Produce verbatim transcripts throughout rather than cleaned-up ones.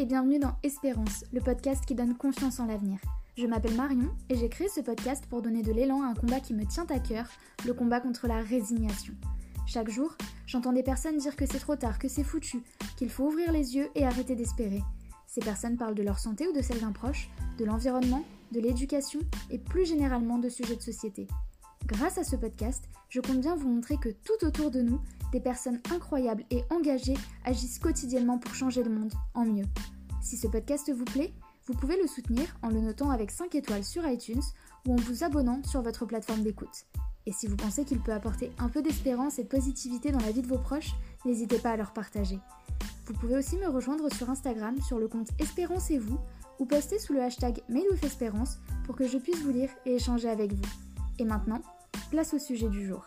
et bienvenue dans Espérance, le podcast qui donne confiance en l'avenir. Je m'appelle Marion et j'ai créé ce podcast pour donner de l'élan à un combat qui me tient à cœur, le combat contre la résignation. Chaque jour, j'entends des personnes dire que c'est trop tard, que c'est foutu, qu'il faut ouvrir les yeux et arrêter d'espérer. Ces personnes parlent de leur santé ou de celle d'un proche, de l'environnement, de l'éducation et plus généralement de sujets de société. Grâce à ce podcast, je compte bien vous montrer que tout autour de nous, des personnes incroyables et engagées agissent quotidiennement pour changer le monde en mieux. Si ce podcast vous plaît, vous pouvez le soutenir en le notant avec cinq étoiles sur iTunes ou en vous abonnant sur votre plateforme d'écoute. Et si vous pensez qu'il peut apporter un peu d'espérance et de positivité dans la vie de vos proches, n'hésitez pas à leur partager. Vous pouvez aussi me rejoindre sur Instagram sur le compte Espérance et vous ou poster sous le hashtag Made with Espérance pour que je puisse vous lire et échanger avec vous. Et maintenant, place au sujet du jour.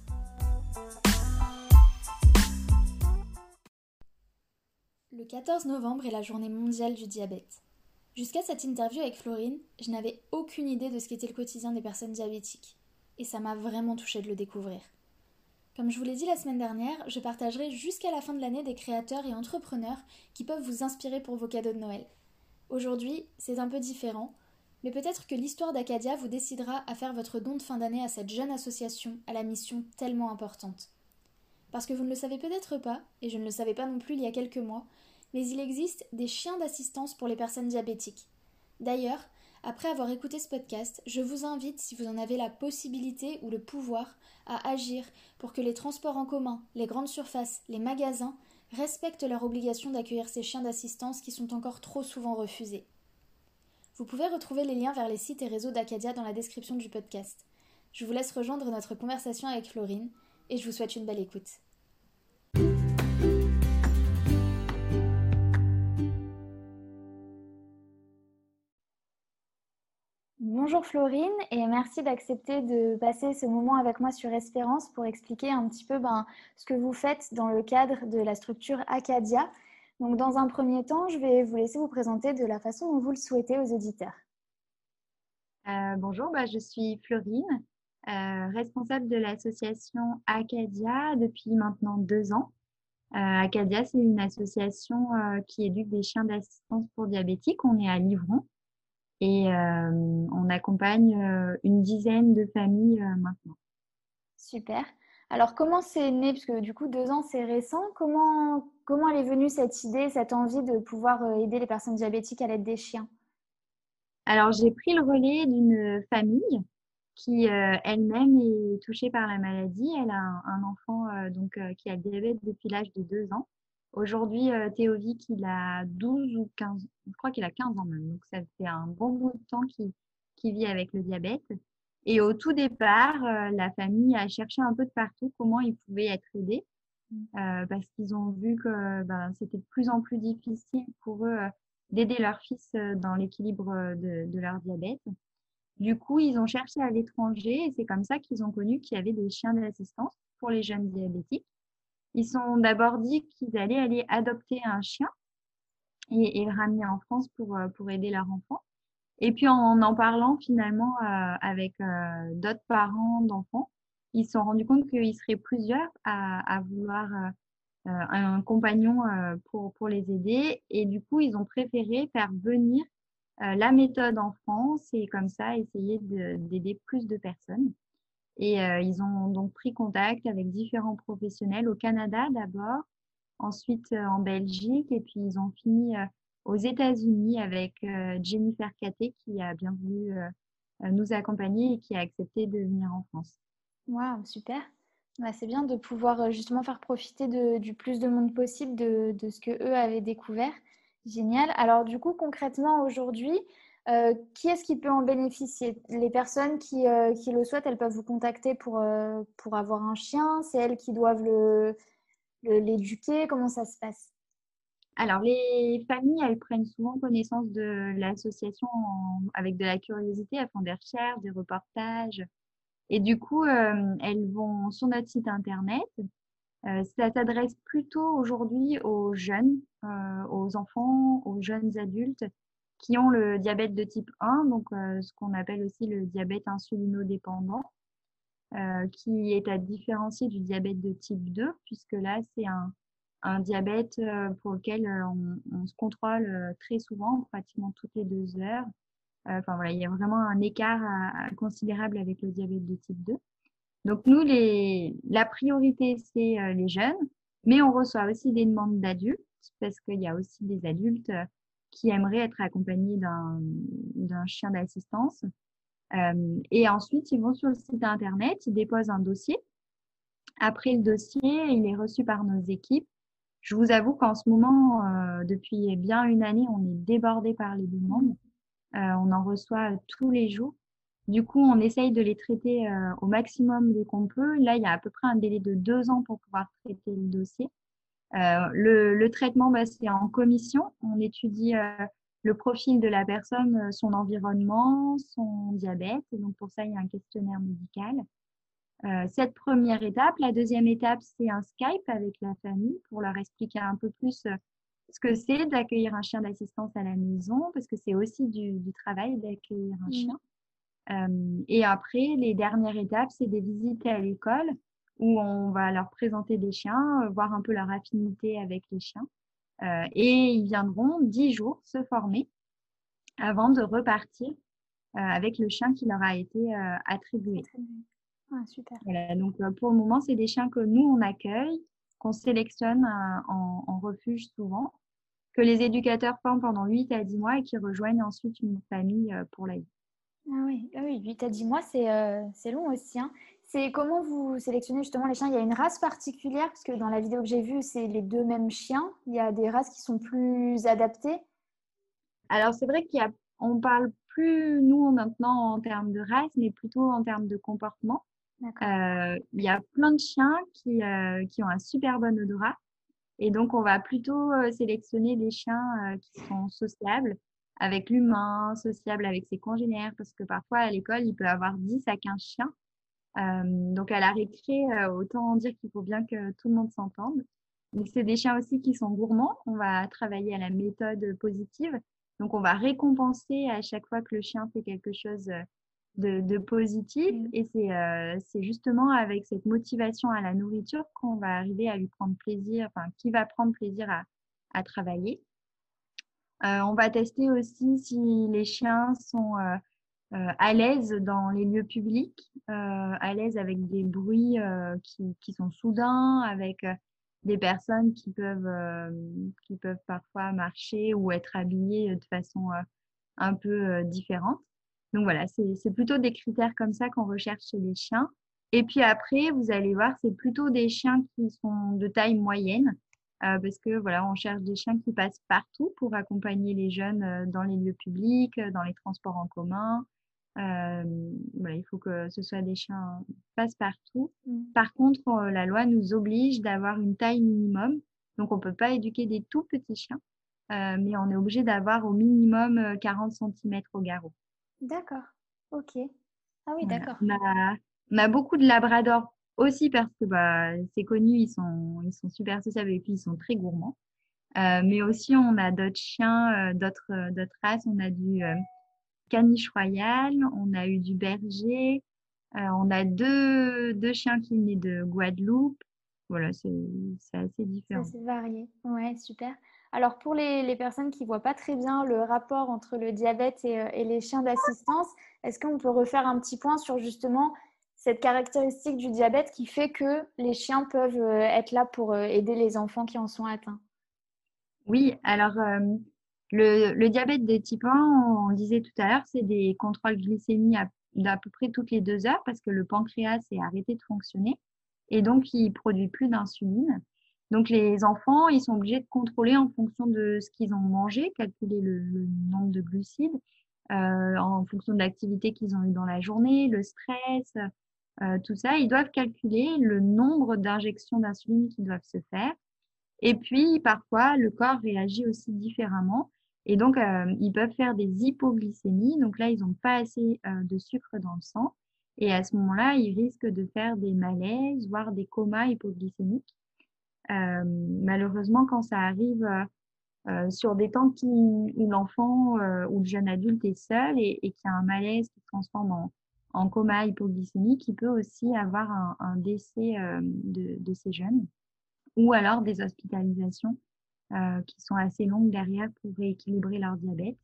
Le quatorze novembre est la journée mondiale du diabète. Jusqu'à cette interview avec Florine, je n'avais aucune idée de ce qu'était le quotidien des personnes diabétiques. Et ça m'a vraiment touchée de le découvrir. Comme je vous l'ai dit la semaine dernière, je partagerai jusqu'à la fin de l'année des créateurs et entrepreneurs qui peuvent vous inspirer pour vos cadeaux de Noël. Aujourd'hui, c'est un peu différent, mais peut-être que l'histoire d'Acadia vous décidera à faire votre don de fin d'année à cette jeune association à la mission tellement importante. Parce que vous ne le savez peut-être pas, et je ne le savais pas non plus il y a quelques mois, mais il existe des chiens d'assistance pour les personnes diabétiques. D'ailleurs, après avoir écouté ce podcast, je vous invite, si vous en avez la possibilité ou le pouvoir, à agir pour que les transports en commun, les grandes surfaces, les magasins respectent leur obligation d'accueillir ces chiens d'assistance qui sont encore trop souvent refusés. Vous pouvez retrouver les liens vers les sites et réseaux d'Acadia dans la description du podcast. Je vous laisse rejoindre notre conversation avec Florine et je vous souhaite une belle écoute. Bonjour Florine et merci d'accepter de passer ce moment avec moi sur Espérance pour expliquer un petit peu ben, ce que vous faites dans le cadre de la structure Acadia. Donc dans un premier temps, je vais vous laisser vous présenter de la façon dont vous le souhaitez aux auditeurs. Euh, bonjour, bah, je suis Florine, euh, responsable de l'association Acadia depuis maintenant deux ans. Euh, Acadia, c'est une association euh, qui éduque des chiens d'assistance pour diabétiques. On est à Livron et euh, on accompagne euh, une dizaine de familles euh, maintenant. Super. Alors comment c'est né, parce que du coup deux ans c'est récent, comment, comment elle est venue cette idée, cette envie de pouvoir aider les personnes diabétiques à l'aide des chiens? Alors, j'ai pris le relais d'une famille qui euh, elle-même est touchée par la maladie. Elle a un, un enfant euh, donc euh, qui a le diabète depuis l'âge de deux ans. Aujourd'hui, euh, Théovic, il a douze ou quinze, je crois qu'il a quinze ans même. Donc, ça fait un bon bout de temps qu'il qu'il vit avec le diabète. Et au tout départ, euh, la famille a cherché un peu de partout comment ils pouvaient être aidés euh, parce qu'ils ont vu que ben, c'était de plus en plus difficile pour eux euh, d'aider leur fils euh, dans l'équilibre euh, de, de leur diabète. Du coup, ils ont cherché à l'étranger et c'est comme ça qu'ils ont connu qu'il y avait des chiens d'assistance pour les jeunes diabétiques. Ils sont d'abord dit qu'ils allaient aller adopter un chien et, et le ramener en France pour, euh, pour aider leur enfant. Et puis en en parlant finalement euh, avec euh, d'autres parents d'enfants, ils se sont rendus compte qu'ils seraient plusieurs à, à vouloir euh, euh, un compagnon euh, pour, pour les aider. Et du coup, ils ont préféré faire venir euh, la méthode en France et comme ça essayer de- d'aider plus de personnes. Et euh, ils ont donc pris contact avec différents professionnels au Canada d'abord, ensuite euh, en Belgique et puis ils ont fini euh, aux États-Unis avec euh, Jennifer Caté qui a bien voulu euh, euh, nous accompagner et qui a accepté de venir en France. Waouh, super. Ouais, c'est bien de pouvoir euh, justement faire profiter de, du plus de monde possible de, de ce que eux avaient découvert. Génial. Alors du coup, concrètement aujourd'hui, euh, qui est-ce qui peut en bénéficier? Les personnes qui, euh, qui le souhaitent, elles peuvent vous contacter pour, euh, pour avoir un chien. C'est elles qui doivent le, le- l'éduquer. Comment ça se passe? Alors, les familles, elles prennent souvent connaissance de l'association en- avec de la curiosité, elles font des recherches, des reportages. Et du coup, euh, elles vont sur notre site internet. Euh, ça s'adresse plutôt aujourd'hui aux jeunes, euh, aux enfants, aux jeunes adultes qui ont le diabète de type un, donc euh, ce qu'on appelle aussi le diabète insulinodépendant, euh, qui est à différencier du diabète de type deux, puisque là, c'est un, un diabète euh, pour lequel euh, on, on se contrôle euh, très souvent, pratiquement toutes les deux heures. Euh, Enfin voilà, il y a vraiment un écart à- à considérable avec le diabète de type deux. Donc nous, les, la priorité, c'est euh, les jeunes, mais on reçoit aussi des demandes d'adultes parce qu'il y a aussi des adultes euh, qui aimeraient être accompagnés d'un d'un chien d'assistance. Euh, et ensuite, ils vont sur le site internet, ils déposent un dossier. Après le dossier, il est reçu par nos équipes. Je vous avoue qu'en ce moment, euh, depuis bien une année, on est débordé par les Mm. demandes. Euh, on en reçoit euh, tous les jours. Du coup, on essaye de les traiter euh, au maximum dès qu'on peut. Là, il y a à peu près un délai de deux ans pour pouvoir traiter le dossier. Euh, le, le traitement, bah, c'est en commission. On étudie euh, le profil de la personne, euh, son environnement, son diabète. Et donc, pour ça, il y a un questionnaire médical. Euh, cette première étape. La deuxième étape, c'est un Skype avec la famille pour leur expliquer un peu plus euh, ce que c'est d'accueillir un chien d'assistance à la maison, parce que c'est aussi du, du travail d'accueillir un Mm. chien. Euh, et après, les dernières étapes, c'est des visites à l'école où on va leur présenter des chiens, euh, voir un peu leur affinité avec les chiens. Euh, et ils viendront dix jours se former avant de repartir euh, avec le chien qui leur a été euh, Ah, attribué. très bien. Ah, super. Voilà, donc euh, pour le moment, c'est des chiens que nous, on accueille, qu'on sélectionne euh, en, en refuge souvent, que les éducateurs forment pendant huit à dix mois et qui rejoignent ensuite une famille euh, pour la vie. Ah oui, ah oui, huit à dix mois, c'est euh, c'est long aussi, hein. C'est comment vous sélectionnez justement les chiens? Il y a une race particulière, parce que dans la vidéo que j'ai vue, c'est les deux mêmes chiens. Il y a des races qui sont plus adaptées. Alors, c'est vrai qu'il y a, on parle plus, nous, maintenant, en termes de race, mais plutôt en termes de comportement. D'accord. Euh, il y a plein de chiens qui, euh, qui ont un super bon odorat. Et donc, on va plutôt euh, sélectionner des chiens euh, qui sont sociables avec l'humain, sociables avec ses congénères, parce que parfois, à l'école, il peut avoir dix à quinze chiens. Euh, donc, à la récré, euh, autant dire qu'il faut bien que tout le monde s'entende. Donc, c'est des chiens aussi qui sont gourmands. On va travailler à la méthode positive. Donc, on va récompenser à chaque fois que le chien fait quelque chose euh, de, de positif. Mm. Et c'est euh, c'est justement avec cette motivation à la nourriture qu'on va arriver à lui prendre plaisir, enfin, qui va prendre plaisir à, à travailler. Euh, on va tester aussi si les chiens sont euh, euh, à l'aise dans les lieux publics, euh, à l'aise avec des bruits euh, qui, qui sont soudains, avec euh, des personnes qui peuvent, euh, qui peuvent parfois marcher ou être habillées de façon euh, un peu euh, différente. Donc voilà, c'est, c'est plutôt des critères comme ça qu'on recherche chez les chiens. Et puis après, vous allez voir, c'est plutôt des chiens qui sont de taille moyenne, euh, parce que voilà, on cherche des chiens qui passent partout pour accompagner les jeunes euh, dans les lieux publics, euh, dans les transports en commun. Euh, voilà, il faut que ce soit des chiens passe-partout. Mm. Par contre, euh, la loi nous oblige d'avoir une taille minimum. Donc, on peut pas éduquer des tout petits chiens, euh, mais on est obligé d'avoir au minimum euh, quarante centimètres au garrot. D'accord. Ok. Ah oui, Voilà. d'accord. On a, on a beaucoup de labradors aussi parce que bah, c'est connu, ils sont, ils sont super sociables et puis ils sont très gourmands. Euh, mais aussi, on a d'autres chiens, euh, d'autres, euh, d'autres races. On a du euh, caniche royal, on a eu du berger, euh, on a deux, deux chiens qui venaient de Guadeloupe. Voilà, c'est, c'est assez C'est différent. assez varié. Ouais, super. Alors pour les, les personnes qui voient pas très bien le rapport entre le diabète et, euh, et les chiens d'assistance, est-ce qu'on peut refaire un petit point sur justement cette caractéristique du diabète qui fait que les chiens peuvent euh, être là pour euh, aider les enfants qui en sont atteints? Oui, alors euh, le, le diabète de type un, on disait tout à l'heure, c'est des contrôles glycémie à, d'à peu près toutes les deux heures parce que le pancréas s'est arrêté de fonctionner et donc il produit plus d'insuline. Donc les enfants, ils sont obligés de contrôler en fonction de ce qu'ils ont mangé, calculer le, le nombre de glucides, euh, en fonction de l'activité qu'ils ont eu dans la journée, le stress, euh, tout ça. Ils doivent calculer le nombre d'injections d'insuline qu'ils doivent se faire. Et puis, parfois, le corps réagit aussi différemment. Et donc, euh, ils peuvent faire des hypoglycémies. Donc là, ils n'ont pas assez euh, de sucre dans le sang. Et à ce moment-là, ils risquent de faire des malaises, voire des comas hypoglycémiques. Euh, malheureusement, quand ça arrive euh, euh, sur des temps qui, où l'enfant euh, ou le jeune adulte est seul et, et qu'il y a un malaise qui se transforme en, en coma hypoglycémique, il peut aussi avoir un, un décès euh, de, de ces jeunes. ou alors des hospitalisations euh, qui sont assez longues derrière pour rééquilibrer leur diabète.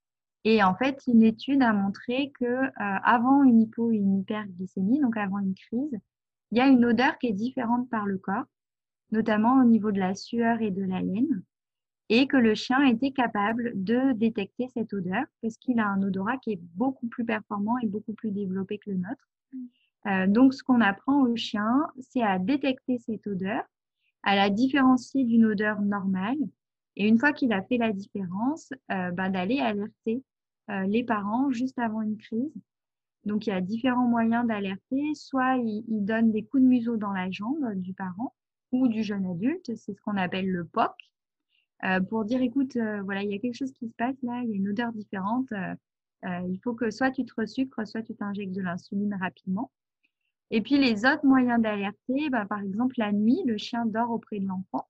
Et en fait, une étude a montré que euh, avant une hypo et une hyperglycémie, donc avant une crise, il y a une odeur qui est différente par le corps, notamment au niveau de la sueur et de l'haleine, et que le chien était capable de détecter cette odeur parce qu'il a un odorat qui est beaucoup plus performant et beaucoup plus développé que le nôtre. Euh, donc, ce qu'on apprend au chien, c'est à détecter cette odeur, à la différencier d'une odeur normale, et une fois qu'il a fait la différence, euh, bah, d'aller alerter euh, les parents juste avant une crise. Donc, il y a différents moyens d'alerter. Soit il, il donne des coups de museau dans la jambe du parent ou du jeune adulte, c'est ce qu'on appelle le P O C, euh, pour dire, écoute, euh, voilà, il y a quelque chose qui se passe là, il y a une odeur différente, euh, euh, il faut que soit tu te resucres, soit tu t'injectes de l'insuline rapidement. Et puis les autres moyens d'alerter, bah, par exemple la nuit, le chien dort auprès de l'enfant.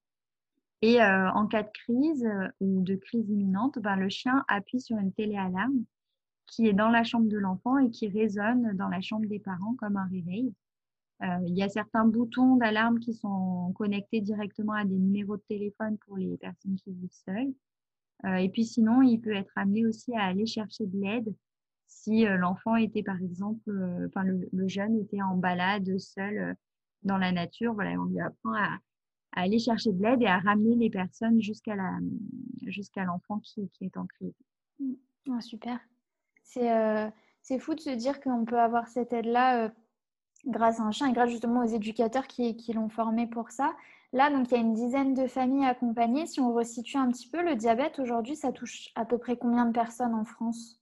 Et euh, en cas de crise euh, ou de crise imminente, bah, le chien appuie sur une téléalarme qui est dans la chambre de l'enfant et qui résonne dans la chambre des parents comme un réveil. Euh, il y a certains boutons d'alarme qui sont connectés directement à des numéros de téléphone pour les personnes qui vivent seules. Euh, et puis sinon, il peut être amené aussi à aller chercher de l'aide si euh, l'enfant était par exemple, euh, enfin le, le jeune était en balade seul euh, dans la nature. Voilà, on lui apprend à, à aller chercher de l'aide et à ramener les personnes jusqu'à la, jusqu'à l'enfant qui, qui est en crise. Mm. Ah, super. C'est euh, c'est fou de se dire qu'on peut avoir cette aide-là euh, grâce à un chien et grâce justement aux éducateurs qui, qui l'ont formé pour ça. Là, donc, il y a une dizaine de familles accompagnées. Si on resitue un petit peu, le diabète, aujourd'hui, ça touche à peu près combien de personnes en France?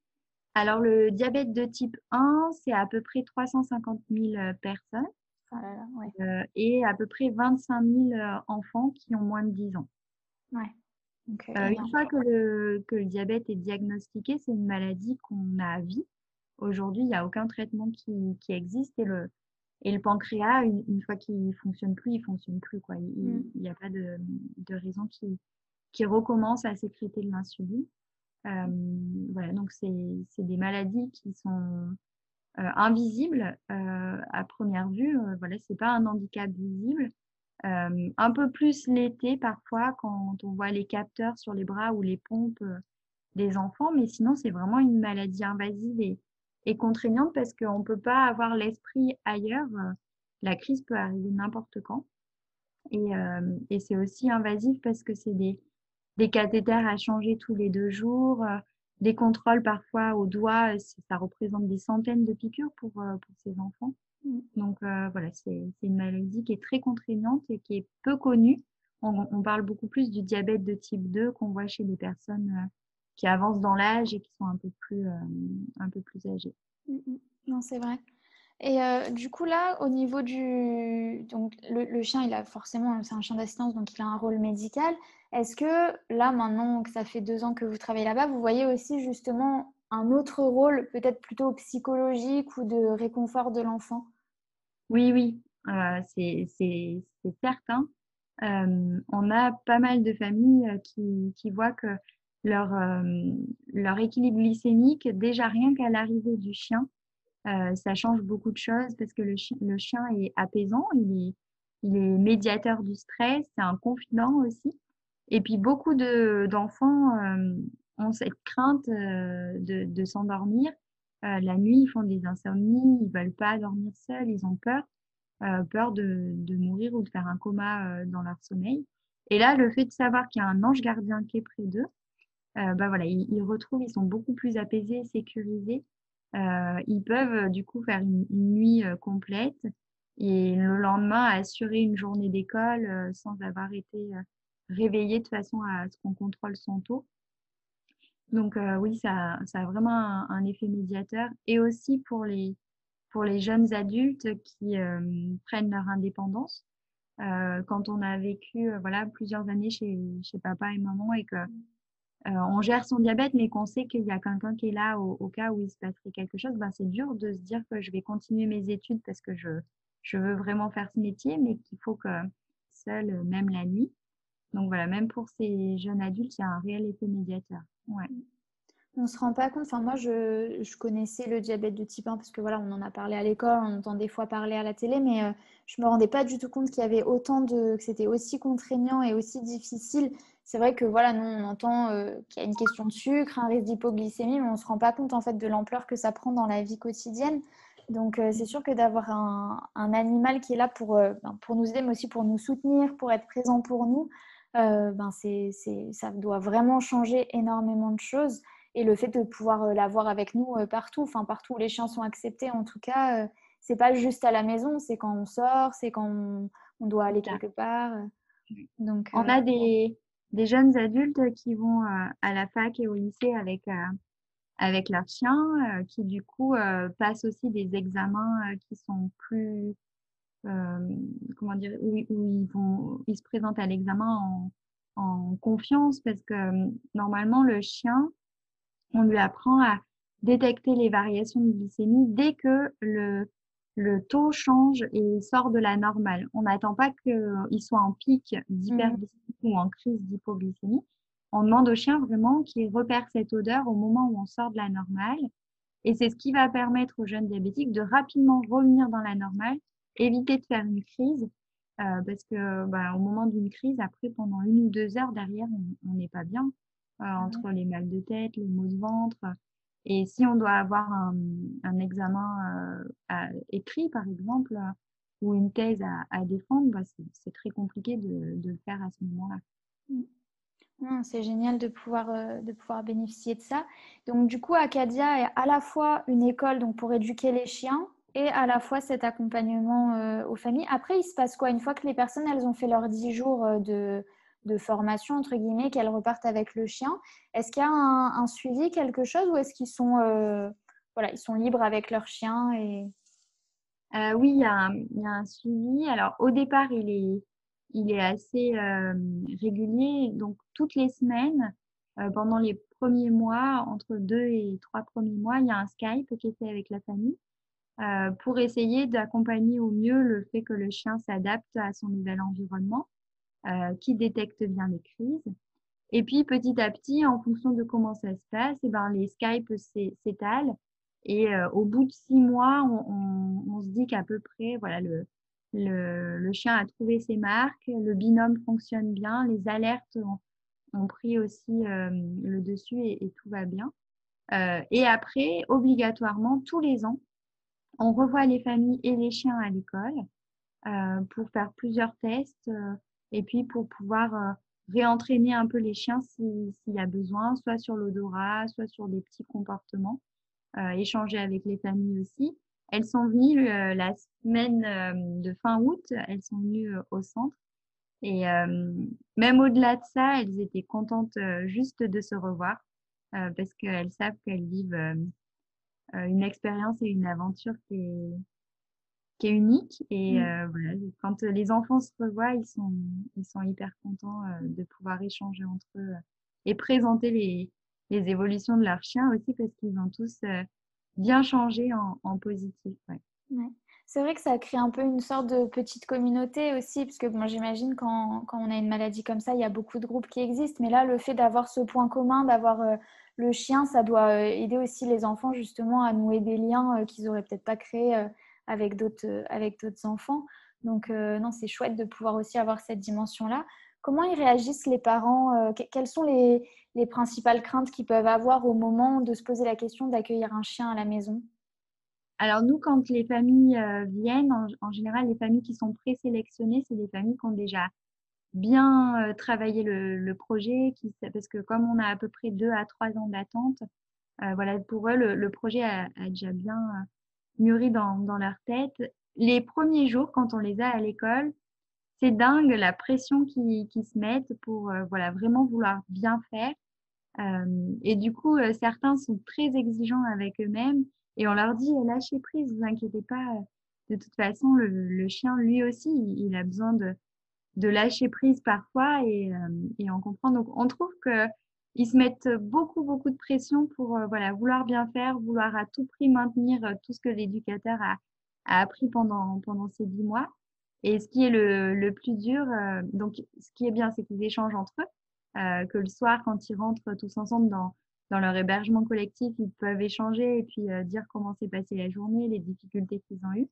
Alors le diabète de type un, c'est à peu près trois cent cinquante mille euh, personnes Ah là là, ouais. euh, et à peu près vingt-cinq mille euh, enfants qui ont moins de dix ans. Ouais, donc euh, Euh, une énorme. fois que le, que le diabète est diagnostiqué, c'est une maladie qu'on a à vie. Aujourd'hui, il n'y a aucun traitement qui, qui existe et le, et le pancréas, une, une fois qu'il ne fonctionne plus, il ne fonctionne plus, quoi. Il Mm. n'y a pas de, de raison qu'il qu'il recommence à sécréter de l'insuline. Euh, voilà, donc c'est c'est des maladies qui sont euh, invisibles euh, à première vue. Euh, voilà, c'est pas un handicap visible. Euh, un peu plus l'été parfois quand on voit les capteurs sur les bras ou les pompes euh, des enfants, mais sinon c'est vraiment une maladie invasive et, et contraignante parce qu'on ne peut pas avoir l'esprit ailleurs. Euh, La crise peut arriver n'importe quand. Et, euh, et c'est aussi invasif parce que c'est des, des cathéters à changer tous les deux jours, euh, des contrôles parfois au doigt, ça représente des centaines de piqûres pour, euh, pour ces enfants. Mm. Donc euh, voilà, c'est c'est une maladie qui est très contraignante et qui est peu connue. On, on parle beaucoup plus du diabète de type deux qu'on voit chez les personnes euh, qui avancent dans l'âge et qui sont un peu plus, euh, un peu plus âgées. Mm, mm. Non, c'est vrai. Et euh, du coup, là, au niveau du... Donc, le, le chien, il a forcément... C'est un chien d'assistance, donc il a un rôle médical. Est-ce que, là, maintenant que ça fait deux ans que vous travaillez là-bas, vous voyez aussi, justement, un autre rôle, peut-être plutôt psychologique ou de réconfort de l'enfant? Oui, oui, euh, c'est c'est- c'est certain. Euh, on a pas mal de familles euh, qui, qui voient que leur, euh, leur équilibre glycémique, déjà rien qu'à l'arrivée du chien, euh, ça change beaucoup de choses parce que le, chi- le chien est apaisant, il est, il est médiateur du stress, c'est un confident aussi. Et puis beaucoup de, d'enfants euh, ont cette crainte euh, de, de s'endormir. Euh, la nuit, ils font des insomnies, ils veulent pas dormir seuls, ils ont peur euh, peur de, de mourir ou de faire un coma euh, dans leur sommeil. Et là, le fait de savoir qu'il y a un ange gardien qui est près d'eux, euh, bah voilà, ils, ils retrouvent, ils sont beaucoup plus apaisés, sécurisés. Euh, ils peuvent euh, du coup faire une, une nuit euh, complète et le lendemain assurer une journée d'école euh, sans avoir été euh, réveillé de façon à ce qu'on contrôle son taux. Donc euh, oui, ça, ça a vraiment un, un effet médiateur et aussi pour les, pour les jeunes adultes qui euh, prennent leur indépendance. Euh, quand on a vécu euh, voilà, plusieurs années chez, chez papa et maman et que euh, on gère son diabète, mais qu'on sait qu'il y a quelqu'un qui est là au, au cas où il se passerait quelque chose, ben c'est dur de se dire que je vais continuer mes études parce que je, je veux vraiment faire ce métier, mais qu'il faut que seul, même la nuit. Donc voilà, même pour ces jeunes adultes, il y a un réel effet médiateur. Ouais. On se rend pas compte. Enfin, moi, je, je connaissais le diabète de type un parce que voilà, on en a parlé à l'école, on entend des fois parler à la télé, mais euh, je me rendais pas du tout compte qu'il y avait autant de, que c'était aussi contraignant et aussi difficile. C'est vrai que voilà, nous, on entend euh, qu'il y a une question de sucre, un risque d'hypoglycémie, mais on se rend pas compte en fait de l'ampleur que ça prend dans la vie quotidienne. Donc, euh, c'est sûr que d'avoir un, un animal qui est là pour, euh, ben, pour nous aider, mais aussi pour nous soutenir, pour être présent pour nous, euh, ben c'est, c'est, ça doit vraiment changer énormément de choses. Et le fait de pouvoir euh, l'avoir avec nous euh, partout, enfin partout où les chiens sont acceptés, en tout cas, euh, c'est pas juste à la maison, c'est quand on sort, c'est quand on, on doit aller quelque part. euh. Donc, On euh, a des, des jeunes adultes qui vont euh, à la fac et au lycée avec, euh, avec leurs chiens, euh, qui du coup euh, passent aussi des examens euh, qui sont plus, euh, comment dire, où, où ils vont, ils se présentent à l'examen en, en confiance parce que euh, normalement le chien, on lui apprend à détecter les variations de glycémie dès que le, le taux change et sort de la normale. On n'attend pas qu'il soit en pic mhm. d'hyperglycémie ou en crise d'hypoglycémie. On demande au chien vraiment qu'il repère cette odeur au moment où on sort de la normale. Et c'est ce qui va permettre aux jeunes diabétiques de rapidement revenir dans la normale, éviter de faire une crise, euh, parce que bah, au moment d'une crise, après, pendant une ou deux heures derrière, on on n'est pas bien, euh, Ah ouais. entre les mal de tête, les maux de ventre. Et si on doit avoir un, un examen euh, à- écrit, par exemple, euh, ou une thèse à, à défendre, bah, c'est c'est très compliqué de, de le faire à ce moment-là. Mm. Non, c'est génial de pouvoir, euh, de pouvoir bénéficier de ça. Donc, du coup, Acadia est à la fois une école donc, pour éduquer les chiens et à la fois cet accompagnement euh, aux familles. Après, il se passe quoi? Une fois que les personnes, elles ont fait leurs dix jours euh, de, de formation, entre guillemets, qu'elles repartent avec le chien, est-ce qu'il y a un, un suivi, quelque chose, ou est-ce qu'ils sont, euh, voilà, ils sont libres avec leur chien et... Euh, oui, il y a un, il y a un suivi. Alors, au départ, il est, il est assez euh, régulier. Donc, toutes les semaines, euh, pendant les premiers mois, entre deux et trois premiers mois, il y a un Skype qui est fait avec la famille euh, pour essayer d'accompagner au mieux le fait que le chien s'adapte à son nouvel environnement, euh, qui détecte bien les crises. Et puis petit à petit, en fonction de comment ça se passe, et ben, les Skype s'é- s'étalent. Et euh, au bout de six mois, on, on- on se dit qu'à peu près, voilà, le, le, le chien a trouvé ses marques, le binôme fonctionne bien, les alertes ont, ont pris aussi euh, le dessus et, et tout va bien. Euh, et après, obligatoirement, tous les ans, on revoit les familles et les chiens à l'école euh, pour faire plusieurs tests euh, et puis pour pouvoir euh, réentraîner un peu les chiens si- s'il y a besoin, soit sur l'odorat, soit sur des petits comportements, euh, échanger avec les familles aussi. Elles sont venues euh, la semaine euh, de fin août, elles sont venues euh, au centre et euh, même au-delà de ça, elles étaient contentes euh, juste de se revoir euh, parce qu'elles savent qu'elles vivent euh, euh, une expérience et une aventure qui est qui est unique. Et Mm. euh, voilà, quand les enfants se revoient, ils sont, ils sont hyper contents euh, de pouvoir échanger entre eux euh, et présenter les, les évolutions de leurs chiens aussi parce qu'ils ont tous euh, bien changé en, en positif. Ouais. Ouais. C'est vrai que ça crée un peu une sorte de petite communauté aussi, parce que moi j'imagine quand, quand on a une maladie comme ça, il y a beaucoup de groupes qui existent, mais là le fait d'avoir ce point commun, d'avoir euh, le chien, ça doit euh, aider aussi les enfants justement à nouer des liens euh, qu'ils auraient peut-être pas créés euh, avec d'autres euh, avec d'autres enfants. Donc euh, non, c'est chouette de pouvoir aussi avoir cette dimension-là. Comment ils réagissent les parents? euh, que- Quelles sont les, les principales craintes qu'ils peuvent avoir au moment de se poser la question d'accueillir un chien à la maison? Alors nous, quand les familles euh, viennent, en, en général, les familles qui sont présélectionnées, c'est des familles qui ont déjà bien euh, travaillé le, le projet, qui, parce que comme on a à peu près deux à trois ans d'attente, euh, voilà, pour eux, le, le projet a, a déjà bien euh, mûri dans, dans leur tête. Les premiers jours, quand on les a à l'école, c'est dingue la pression qu'ils qui se mettent pour euh, voilà, vraiment vouloir bien faire. Euh, et du coup, euh, certains sont très exigeants avec eux-mêmes et on leur dit, lâchez prise, vous inquiétez pas. De toute façon, le, le chien, lui aussi, il, il a besoin de, de lâcher prise parfois et, euh, et on comprend. Donc, on trouve que ils se mettent beaucoup, beaucoup de pression pour euh, voilà, vouloir bien faire, vouloir à tout prix maintenir euh, tout ce que l'éducateur a, a appris pendant, pendant ces dix mois. Et ce qui est le, le plus dur, euh, donc ce qui est bien, c'est qu'ils échangent entre eux, euh, que le soir, quand ils rentrent tous ensemble dans, dans leur hébergement collectif, ils peuvent échanger et puis euh, dire comment s'est passée la journée, les difficultés qu'ils ont eues.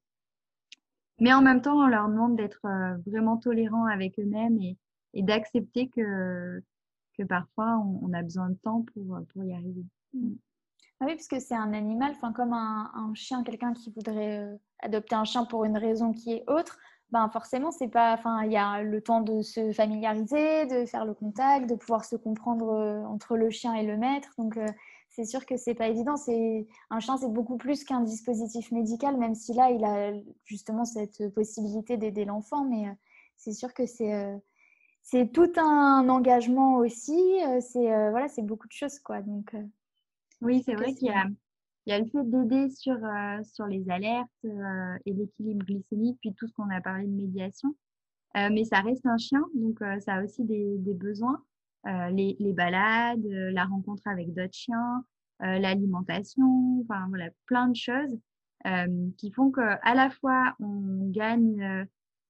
Mais en même temps, on leur demande d'être euh, vraiment tolérants avec eux-mêmes et, et d'accepter que, que parfois, on, on a besoin de temps pour, pour y arriver. Mm. Ah oui, parce que c'est un animal, enfin comme un, un chien, quelqu'un qui voudrait euh, adopter un chien pour une raison qui est autre, ben forcément c'est pas, enfin il y a le temps de se familiariser, de faire le contact, de pouvoir se comprendre euh, entre le chien et le maître. Donc euh, c'est sûr que c'est pas évident. C'est un chien, c'est beaucoup plus qu'un dispositif médical, même si là il a justement cette possibilité d'aider l'enfant, mais euh, c'est sûr que c'est euh, c'est tout un engagement aussi. euh, c'est euh, voilà, c'est beaucoup de choses quoi. Donc euh, Oui, c'est que vrai qu'il y c'est a, il y a le fait d'aider sur, euh, sur les alertes euh, et l'équilibre glycémique, puis tout ce qu'on a parlé de médiation. Euh, mais ça reste un chien, donc euh, ça a aussi des, des besoins. Euh, les, les balades, euh, la rencontre avec d'autres chiens, euh, l'alimentation, enfin voilà, plein de choses euh, qui font que à la fois on gagne euh,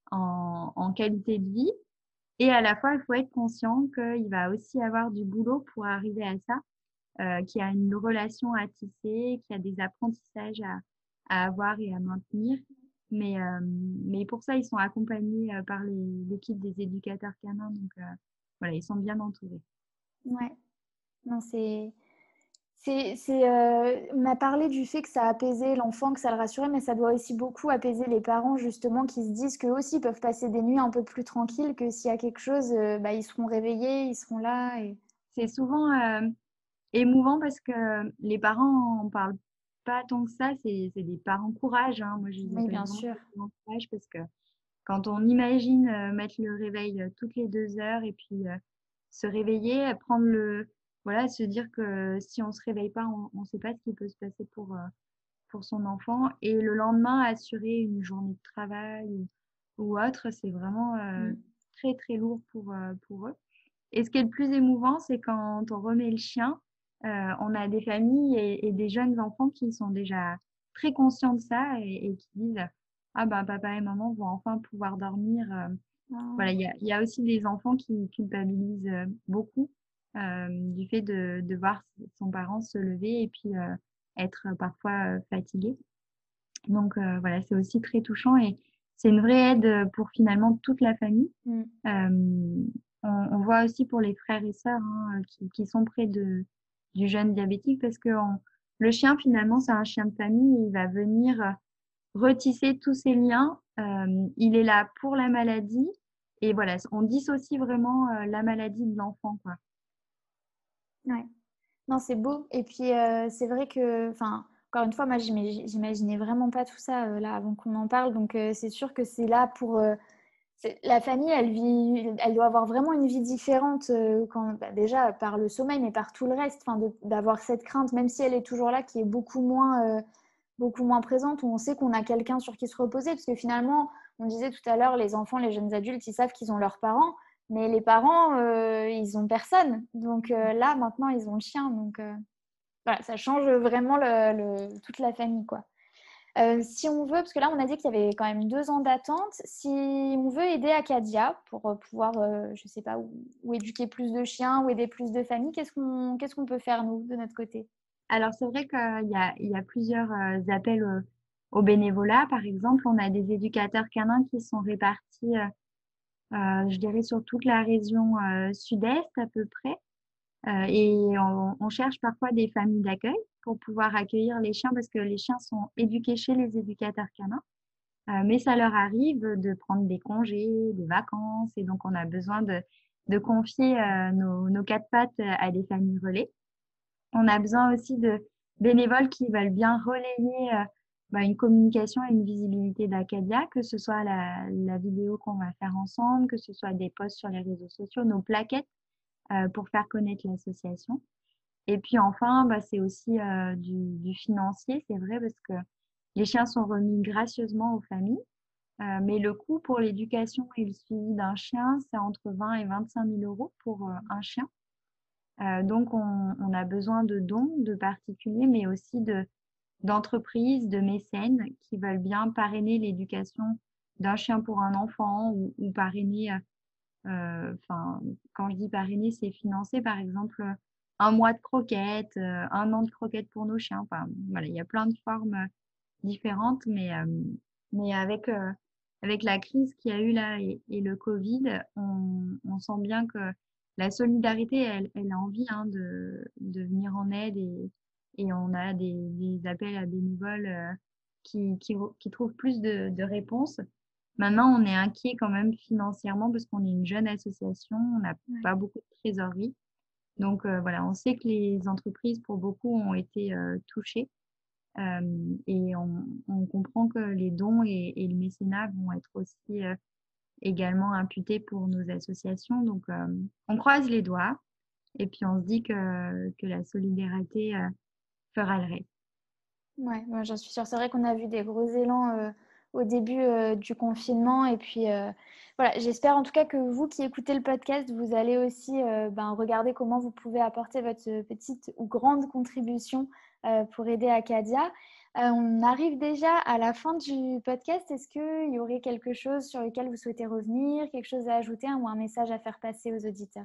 en, en qualité de vie et à la fois il faut être conscient qu'il va aussi avoir du boulot pour arriver à ça, euh, qu'il y a une relation à tisser, qu'il y a des apprentissages à, à avoir et à maintenir. Mais, euh, mais pour ça, ils sont accompagnés euh, par les- l'équipe des éducateurs canins. Donc, euh, voilà, ils sont bien entourés. ouais. Non, c'est, c'est, c'est, euh, on a parlé du fait que ça apaisait l'enfant, que ça le rassurait, mais ça doit aussi beaucoup apaiser les parents, justement, qui se disent qu'eux aussi peuvent passer des nuits un peu plus tranquilles, que s'il y a quelque chose, euh, bah, ils seront réveillés, ils seront là. Et... C'est souvent euh, émouvant parce que les parents en parlent pas tant que ça. C'est c'est des parents courage, hein. Moi, je les Oui, appelle bien vraiment sûr. des parents courage parce que quand on imagine euh, mettre le réveil euh, toutes les deux heures et puis euh, se réveiller, euh, prendre le, voilà, se dire que si on se réveille pas, on ne sait pas ce qui peut se passer pour, euh, pour son enfant. Et le lendemain, assurer une journée de travail ou, ou autre, c'est vraiment euh, Mm. très, très lourd pour, euh, pour eux. Et ce qui est le plus émouvant, c'est quand on remet le chien, euh, on a des familles et, et des jeunes enfants qui sont déjà très conscients de ça et, et qui disent ah ben papa et maman vont enfin pouvoir dormir. euh. Ah, Voilà, il y a, il y a aussi des enfants qui culpabilisent euh, beaucoup euh, du fait de, de voir son parent se lever et puis euh, être parfois euh, fatigué. Donc euh, voilà, c'est aussi très touchant et c'est une vraie aide pour finalement toute la famille. mm. Euh, on, on voit aussi pour les frères et sœurs hein, qui, qui sont près de, du jeune diabétique parce que on- le chien finalement c'est un chien de famille et il va venir euh, retisser tous ces liens. Euh, il est là pour la maladie et voilà, on dissocie vraiment euh, la maladie de l'enfant, quoi. Ouais. Non, c'est beau. Et puis, euh, c'est vrai que, enfin, encore une fois, moi, j'imagi- j'imaginais vraiment pas tout ça euh, là avant qu'on en parle. Donc, euh, c'est sûr que c'est là pour. euh, c'est- la famille, elle vit, elle doit avoir vraiment une vie différente euh, quand, bah, déjà par le sommeil, mais par tout le reste. Enfin, de- d'avoir cette crainte, même si elle est toujours là, qui est beaucoup moins, euh, beaucoup moins présente, où on sait qu'on a quelqu'un sur qui se reposer. Parce que finalement, on disait tout à l'heure, les enfants, les jeunes adultes, ils savent qu'ils ont leurs parents. Mais les parents, euh, ils ont personne. Donc euh, là, maintenant, ils ont le chien. Donc euh, voilà, ça change vraiment le, le- toute la famille, quoi. Euh, si on veut, parce que là, on a dit qu'il y avait quand même deux ans d'attente, si on veut aider Acadia pour euh, pouvoir, euh, je ne sais pas, ou, ou éduquer plus de chiens, ou aider plus de familles, qu'est-ce qu'on qu'est-ce qu'on peut faire, nous, de notre côté? Alors c'est vrai qu'il y a, il y a plusieurs euh, appels euh, au bénévolat. Par exemple, on a des éducateurs canins qui sont répartis, euh, euh, je dirais, sur toute la région euh, sud-est à peu près. Euh, et on, on cherche parfois des familles d'accueil pour pouvoir accueillir les chiens parce que les chiens sont éduqués chez les éducateurs canins. Euh, mais ça leur arrive de prendre des congés, des vacances, et donc on a besoin de, de confier euh, nos, nos quatre pattes à des familles relais. On a besoin aussi de bénévoles qui veulent bien relayer euh, bah, une communication et une visibilité d'Acadia, que ce soit la, la vidéo qu'on va faire ensemble, que ce soit des posts sur les réseaux sociaux, nos plaquettes euh, pour faire connaître l'association. Et puis enfin, bah, c'est aussi euh, du, du financier, c'est vrai, parce que les chiens sont remis gracieusement aux familles, euh, mais le coût pour l'éducation et le suivi d'un chien, c'est entre vingt et vingt-cinq mille euros pour euh, un chien. Euh, donc, on, on a besoin de dons de particuliers, mais aussi de, d'entreprises, de mécènes qui veulent bien parrainer l'éducation d'un chien pour un enfant ou, ou parrainer, euh, enfin, quand je dis parrainer, c'est financer, par exemple, un mois de croquettes, euh, un an de croquettes pour nos chiens. Enfin, voilà, il y a plein de formes euh, différentes, mais, euh, mais avec, euh, avec la crise qu'il y a eu là et, et le Covid, on, on sent bien que la solidarité, elle, elle a envie hein, de, de venir en aide et, et on a des, des appels à bénévoles euh, qui, qui, qui trouvent plus de, de réponses. Maintenant, on est inquiet quand même financièrement parce qu'on est une jeune association, on n'a Ouais. pas beaucoup de trésorerie. Donc euh, voilà, on sait que les entreprises, pour beaucoup, ont été euh, touchées euh, et on, on comprend que les dons et, et le mécénat vont être aussi euh, également imputés pour nos associations. Donc euh, on croise les doigts et puis on se dit que, que la solidarité euh, fera le reste. Ouais, moi, j'en suis sûre. C'est vrai qu'on a vu des gros élans euh, au début euh, du confinement. Et puis, euh, voilà, j'espère en tout cas que vous qui écoutez le podcast, vous allez aussi euh, ben, regarder comment vous pouvez apporter votre petite ou grande contribution euh, pour aider Acadia. Euh, on arrive déjà à la fin du podcast. Est-ce qu'il y aurait quelque chose sur lequel vous souhaitez revenir, quelque chose à ajouter hein, ou un message à faire passer aux auditeurs?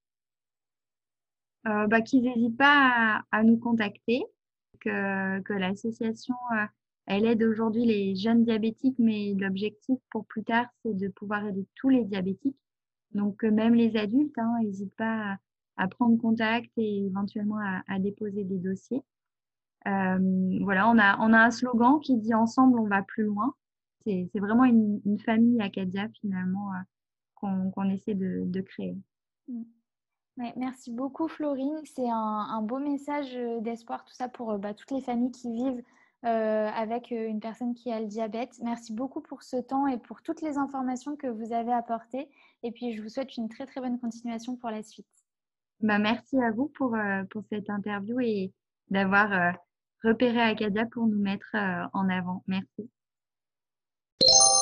Euh, bah, qu'ils n'hésitent pas à, à nous contacter, que, que l'association, euh, elle aide aujourd'hui les jeunes diabétiques, mais l'objectif pour plus tard, c'est de pouvoir aider tous les diabétiques. Donc, euh, même les adultes, hein, n'hésitent pas à, à prendre contact et éventuellement à, à déposer des dossiers. Euh, voilà, on a, on a un slogan qui dit Ensemble, on va plus loin. C'est, c'est vraiment une, une famille Acadia, finalement, euh, qu'on, qu'on essaie de, de créer. Mm. Ouais, merci beaucoup Florine. C'est un, un beau message euh, d'espoir, tout ça pour euh, bah, toutes les familles qui vivent euh, avec euh, une personne qui a le diabète. Merci beaucoup pour ce temps et pour toutes les informations que vous avez apportées. Et puis je vous souhaite une très très bonne continuation pour la suite. Bah, merci à vous pour, euh, pour cette interview et d'avoir euh, repéré Acadia pour nous mettre euh, en avant. Merci.